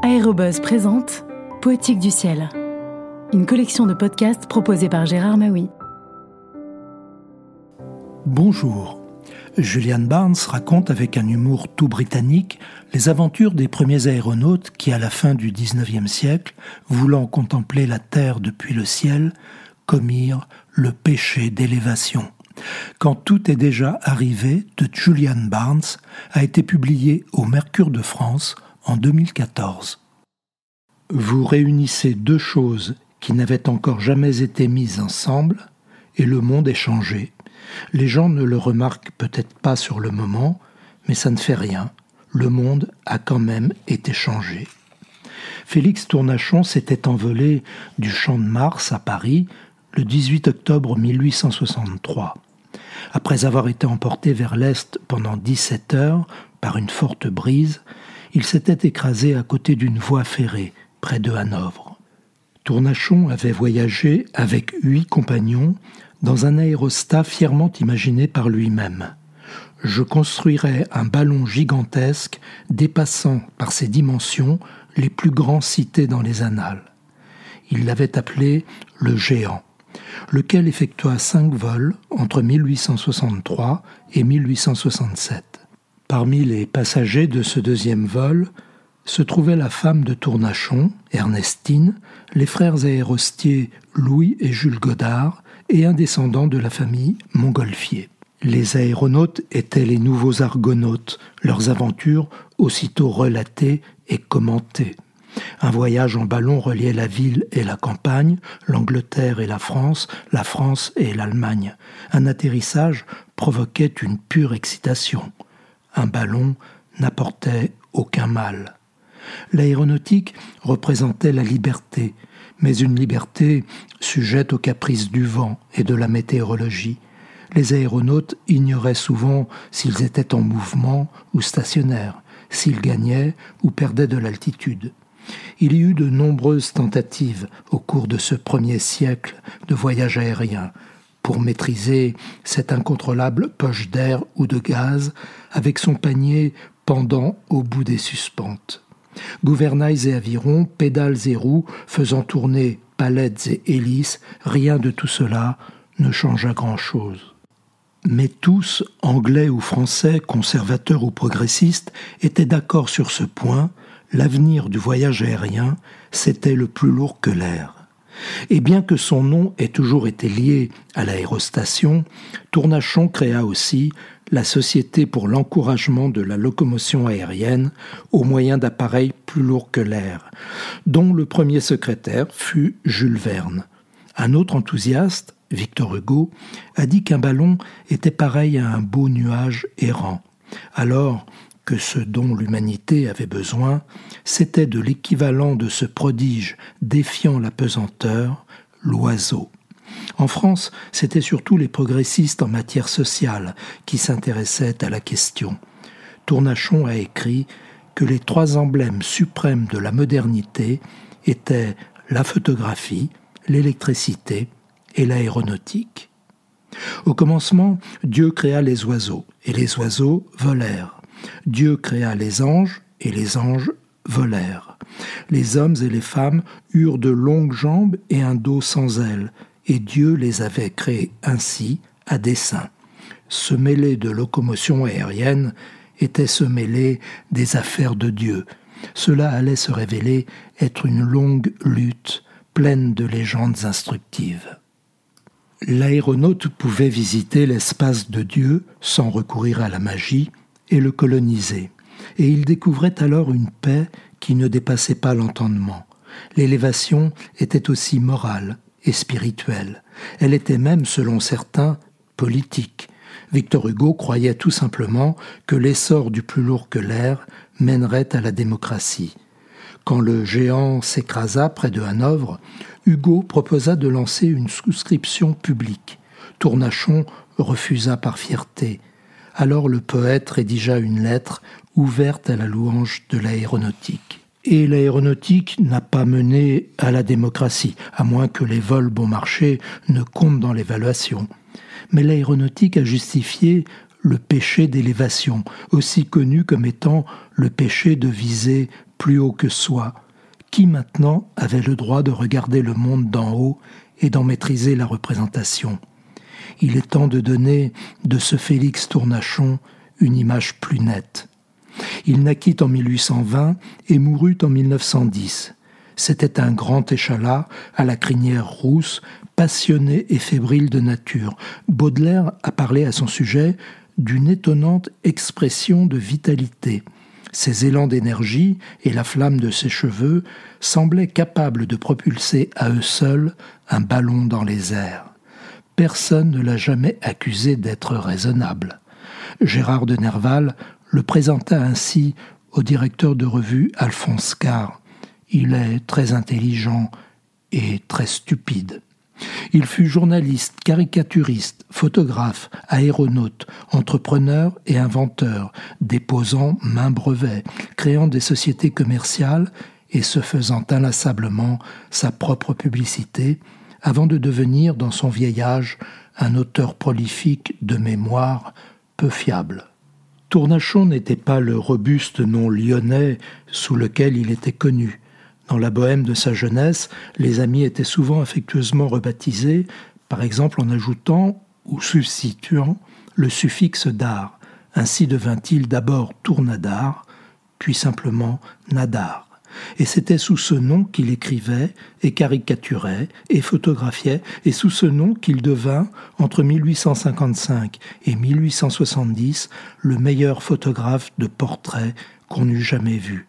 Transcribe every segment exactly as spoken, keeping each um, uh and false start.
Aérobuzz présente Poétique du ciel, une collection de podcasts proposée par Gérard Maui. Bonjour. Julian Barnes raconte avec un humour tout britannique les aventures des premiers aéronautes qui, à la fin du dix-neuvième siècle, voulant contempler la terre depuis le ciel, commirent le péché d'élévation. Quand tout est déjà arrivé de Julian Barnes a été publié au Mercure de France en deux mille quatorze. Vous réunissez deux choses qui n'avaient encore jamais été mises ensemble et le monde est changé. Les gens ne le remarquent peut-être pas sur le moment, mais ça ne fait rien. Le monde a quand même été changé. Félix Tournachon s'était envolé du Champ de Mars à Paris le dix-huit octobre mille huit cent soixante-trois. Après avoir été emporté vers l'est pendant dix-sept heures par une forte brise, il s'était écrasé à côté d'une voie ferrée, près de Hanovre. Tournachon avait voyagé avec huit compagnons dans un aérostat fièrement imaginé par lui-même. Je construirai un ballon gigantesque dépassant par ses dimensions les plus grands cités dans les annales. Il l'avait appelé le Géant, lequel effectua cinq vols entre mille huit cent soixante-trois et mille huit cent soixante-sept. Parmi les passagers de ce deuxième vol se trouvait la femme de Tournachon, Ernestine, les frères aérostiers Louis et Jules Godard et un descendant de la famille Montgolfier. Les aéronautes étaient les nouveaux argonautes, leurs aventures aussitôt relatées et commentées. Un voyage en ballon reliait la ville et la campagne, l'Angleterre et la France, la France et l'Allemagne. Un atterrissage provoquait une pure excitation. Un ballon n'apportait aucun mal. L'aéronautique représentait la liberté, mais une liberté sujette aux caprices du vent et de la météorologie. Les aéronautes ignoraient souvent s'ils étaient en mouvement ou stationnaires, s'ils gagnaient ou perdaient de l'altitude. Il y eut de nombreuses tentatives au cours de ce premier siècle de voyage aérien pour maîtriser cette incontrôlable poche d'air ou de gaz avec son panier pendant au bout des suspentes. Gouvernails et avirons, pédales et roues faisant tourner palettes et hélices, rien de tout cela ne changea grand-chose. Mais tous, anglais ou français, conservateurs ou progressistes, étaient d'accord sur ce point, l'avenir du voyage aérien, c'était le plus lourd que l'air. Et bien que son nom ait toujours été lié à l'aérostation, Tournachon créa aussi la Société pour l'encouragement de la locomotion aérienne au moyen d'appareils plus lourds que l'air, dont le premier secrétaire fut Jules Verne. Un autre enthousiaste, Victor Hugo, a dit qu'un ballon était pareil à un beau nuage errant, alors que ce dont l'humanité avait besoin, c'était de l'équivalent de ce prodige défiant la pesanteur, l'oiseau. En France, c'était surtout les progressistes en matière sociale qui s'intéressaient à la question. Tournachon a écrit que les trois emblèmes suprêmes de la modernité étaient la photographie, l'électricité et l'aéronautique. Au commencement, Dieu créa les oiseaux, et les oiseaux volèrent. Dieu créa les anges, et les anges volèrent. Les hommes et les femmes eurent de longues jambes et un dos sans ailes, et Dieu les avait créés ainsi, à dessein. Se mêler de locomotion aérienne était se mêler des affaires de Dieu. Cela allait se révéler être une longue lutte, pleine de légendes instructives. L'aéronaute pouvait visiter l'espace de Dieu sans recourir à la magie et le coloniser. Et il découvrait alors une paix qui ne dépassait pas l'entendement. L'élévation était aussi morale et spirituelle. Elle était même, selon certains, politique. Victor Hugo croyait tout simplement que l'essor du plus lourd que l'air mènerait à la démocratie. Quand le Géant s'écrasa près de Hanovre, Hugo proposa de lancer une souscription publique. Tournachon refusa par fierté. Alors le poète rédigea une lettre ouverte à la louange de l'aéronautique. Et l'aéronautique n'a pas mené à la démocratie, à moins que les vols bon marché ne comptent dans l'évaluation. Mais l'aéronautique a justifié le péché d'élévation, aussi connu comme étant le péché de viser plus haut que soi, qui maintenant avait le droit de regarder le monde d'en haut et d'en maîtriser la représentation. Il est temps de donner de ce Félix Tournachon une image plus nette. Il naquit en mille huit cent vingt et mourut en mille neuf cent dix. C'était un grand échalas à la crinière rousse, passionné et fébrile de nature. Baudelaire a parlé à son sujet d'une étonnante expression de vitalité. Ses élans d'énergie et la flamme de ses cheveux semblaient capables de propulser à eux seuls un ballon dans les airs. Personne ne l'a jamais accusé d'être raisonnable. Gérard de Nerval le présenta ainsi au directeur de revue Alphonse Karr. Il est très intelligent et très stupide. Il fut journaliste, caricaturiste, photographe, aéronaute, entrepreneur et inventeur, déposant maints brevets, créant des sociétés commerciales et se faisant inlassablement sa propre publicité, avant de devenir, dans son vieil âge, un auteur prolifique de mémoires peu fiable. Tournachon n'était pas le robuste nom lyonnais sous lequel il était connu. Dans la bohème de sa jeunesse, les amis étaient souvent affectueusement rebaptisés, par exemple en ajoutant ou substituant le suffixe d'art. Ainsi devint-il d'abord Tournadar, puis simplement Nadar. Et c'était sous ce nom qu'il écrivait et caricaturait et photographiait, et sous ce nom qu'il devint, entre mille huit cent cinquante-cinq et mille huit cent soixante-dix, le meilleur photographe de portrait qu'on eût jamais vu.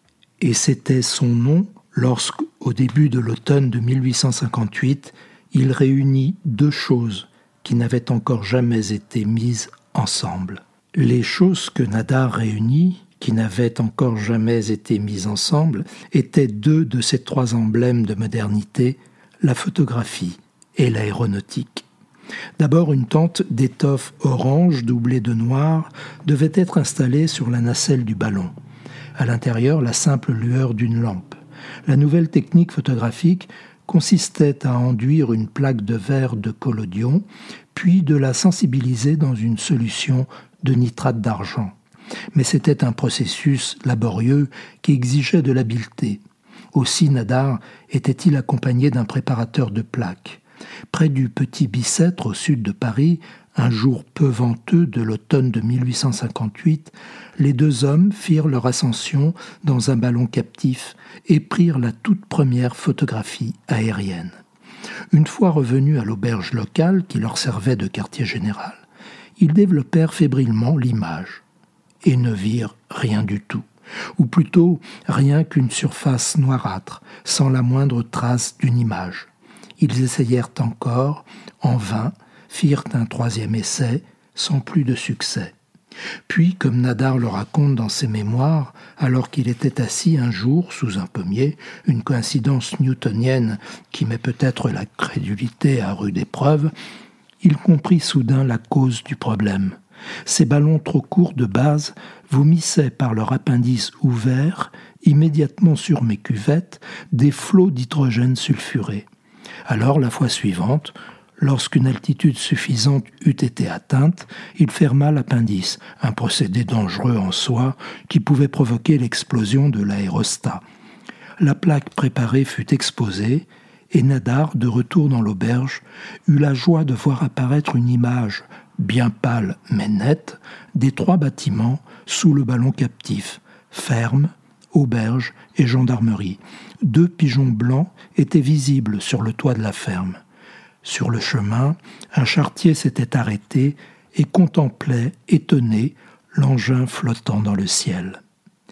Et c'était son nom lorsqu'au début de l'automne de mille huit cent cinquante-huit, il réunit deux choses qui n'avaient encore jamais été mises ensemble. Les choses que Nadar réunit, qui n'avaient encore jamais été mises ensemble, étaient deux de ces trois emblèmes de modernité, la photographie et l'aéronautique. D'abord, une tente d'étoffe orange doublée de noir devait être installée sur la nacelle du ballon. À l'intérieur, la simple lueur d'une lampe. La nouvelle technique photographique consistait à enduire une plaque de verre de collodion, puis de la sensibiliser dans une solution de nitrate d'argent. Mais c'était un processus laborieux qui exigeait de l'habileté. Aussi Nadar était-il accompagné d'un préparateur de plaques. Près du Petit Bicêtre, au sud de Paris, un jour peu venteux de l'automne de mille huit cent cinquante-huit, les deux hommes firent leur ascension dans un ballon captif et prirent la toute première photographie aérienne. Une fois revenus à l'auberge locale qui leur servait de quartier général, ils développèrent fébrilement l'image et ne virent rien du tout, ou plutôt rien qu'une surface noirâtre, sans la moindre trace d'une image. Ils essayèrent encore, en vain, firent un troisième essai, sans plus de succès. Puis, comme Nadar le raconte dans ses mémoires, alors qu'il était assis un jour sous un pommier, une coïncidence newtonienne qui met peut-être la crédulité à rude épreuve, il comprit soudain la cause du problème. Ces ballons trop courts de base vomissaient par leur appendice ouvert, immédiatement sur mes cuvettes, des flots d'hydrogène sulfuré. Alors, la fois suivante, lorsqu'une altitude suffisante eût été atteinte, il ferma l'appendice, un procédé dangereux en soi qui pouvait provoquer l'explosion de l'aérostat. La plaque préparée fut exposée, et Nadar, de retour dans l'auberge, eut la joie de voir apparaître une image, bien pâle mais nette, des trois bâtiments sous le ballon captif, ferme, auberge et gendarmerie. Deux pigeons blancs étaient visibles sur le toit de la ferme. Sur le chemin, un charretier s'était arrêté et contemplait, étonné, l'engin flottant dans le ciel.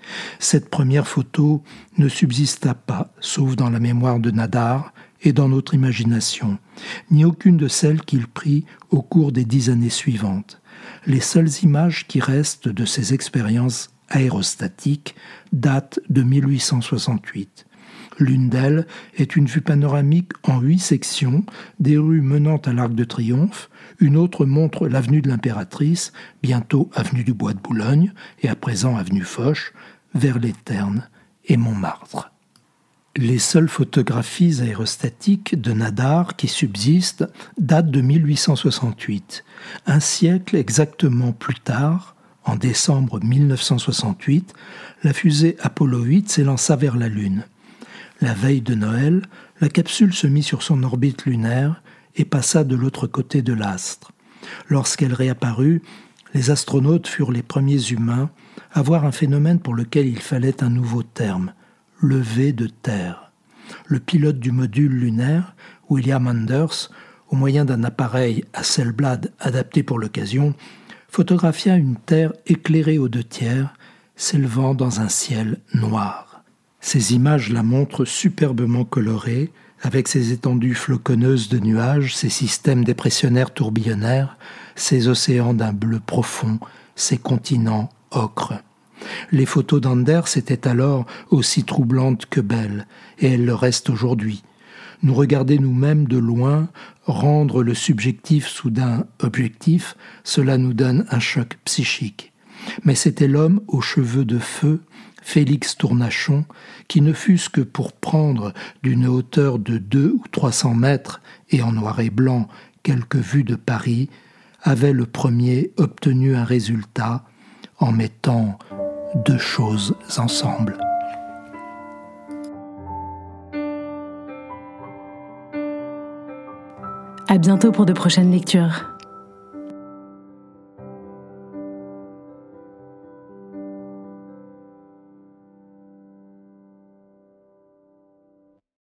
Cette première photo ne subsista pas, sauf dans la mémoire de Nadar et dans notre imagination, ni aucune de celles qu'il prit au cours des dix années suivantes. Les seules images qui restent de ces expériences aérostatiques datent de mille huit cent soixante-huit. L'une d'elles est une vue panoramique en huit sections des rues menant à l'Arc de Triomphe. Une autre montre l'avenue de l'Impératrice, bientôt avenue du Bois de Boulogne et à présent avenue Foch, vers les Ternes et Montmartre. Les seules photographies aérostatiques de Nadar qui subsistent datent de mille huit cent soixante-huit. Un siècle exactement plus tard, En décembre mille neuf cent soixante-huit, la fusée Apollo huit s'élança vers la Lune. La veille de Noël, la capsule se mit sur son orbite lunaire et passa de l'autre côté de l'astre. Lorsqu'elle réapparut, les astronautes furent les premiers humains à voir un phénomène pour lequel il fallait un nouveau terme, lever de terre. Le pilote du module lunaire, William Anders, au moyen d'un appareil Hasselblad adapté pour l'occasion, photographia une terre éclairée aux deux tiers, s'élevant dans un ciel noir. Ces images la montrent superbement colorée, avec ses étendues floconneuses de nuages, ses systèmes dépressionnaires tourbillonnaires, ses océans d'un bleu profond, ses continents ocre. Les photos d'Anders étaient alors aussi troublantes que belles, et elles le restent aujourd'hui. Nous regarder nous-mêmes de loin, rendre le subjectif soudain objectif, cela nous donne un choc psychique. Mais c'était l'homme aux cheveux de feu, Félix Tournachon, qui ne fût-ce que pour prendre d'une hauteur de deux ou trois cents mètres et en noir et blanc quelques vues de Paris, avait le premier obtenu un résultat en mettant deux choses ensemble. À bientôt pour de prochaines lectures.